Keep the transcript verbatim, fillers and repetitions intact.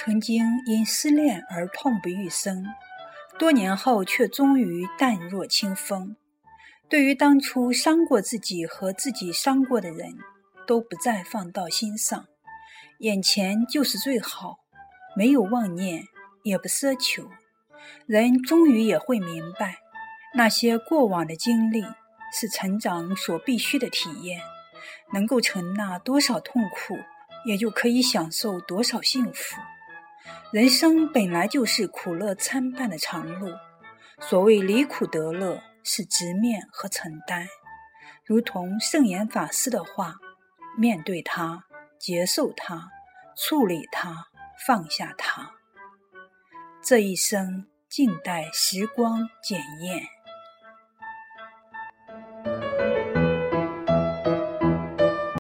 曾经因失恋而痛不欲生，多年后却终于淡若清风。对于当初伤过自己和自己伤过的人，都不再放到心上，眼前就是最好，没有妄念，也不奢求。人终于也会明白，那些过往的经历是成长所必须的体验，能够承纳多少痛苦，也就可以享受多少幸福。人生本来就是苦乐参半的长路，所谓离苦得乐，是直面和承担。如同圣严法师的话，面对它，接受它，处理它，放下它。这一生静待时光检验。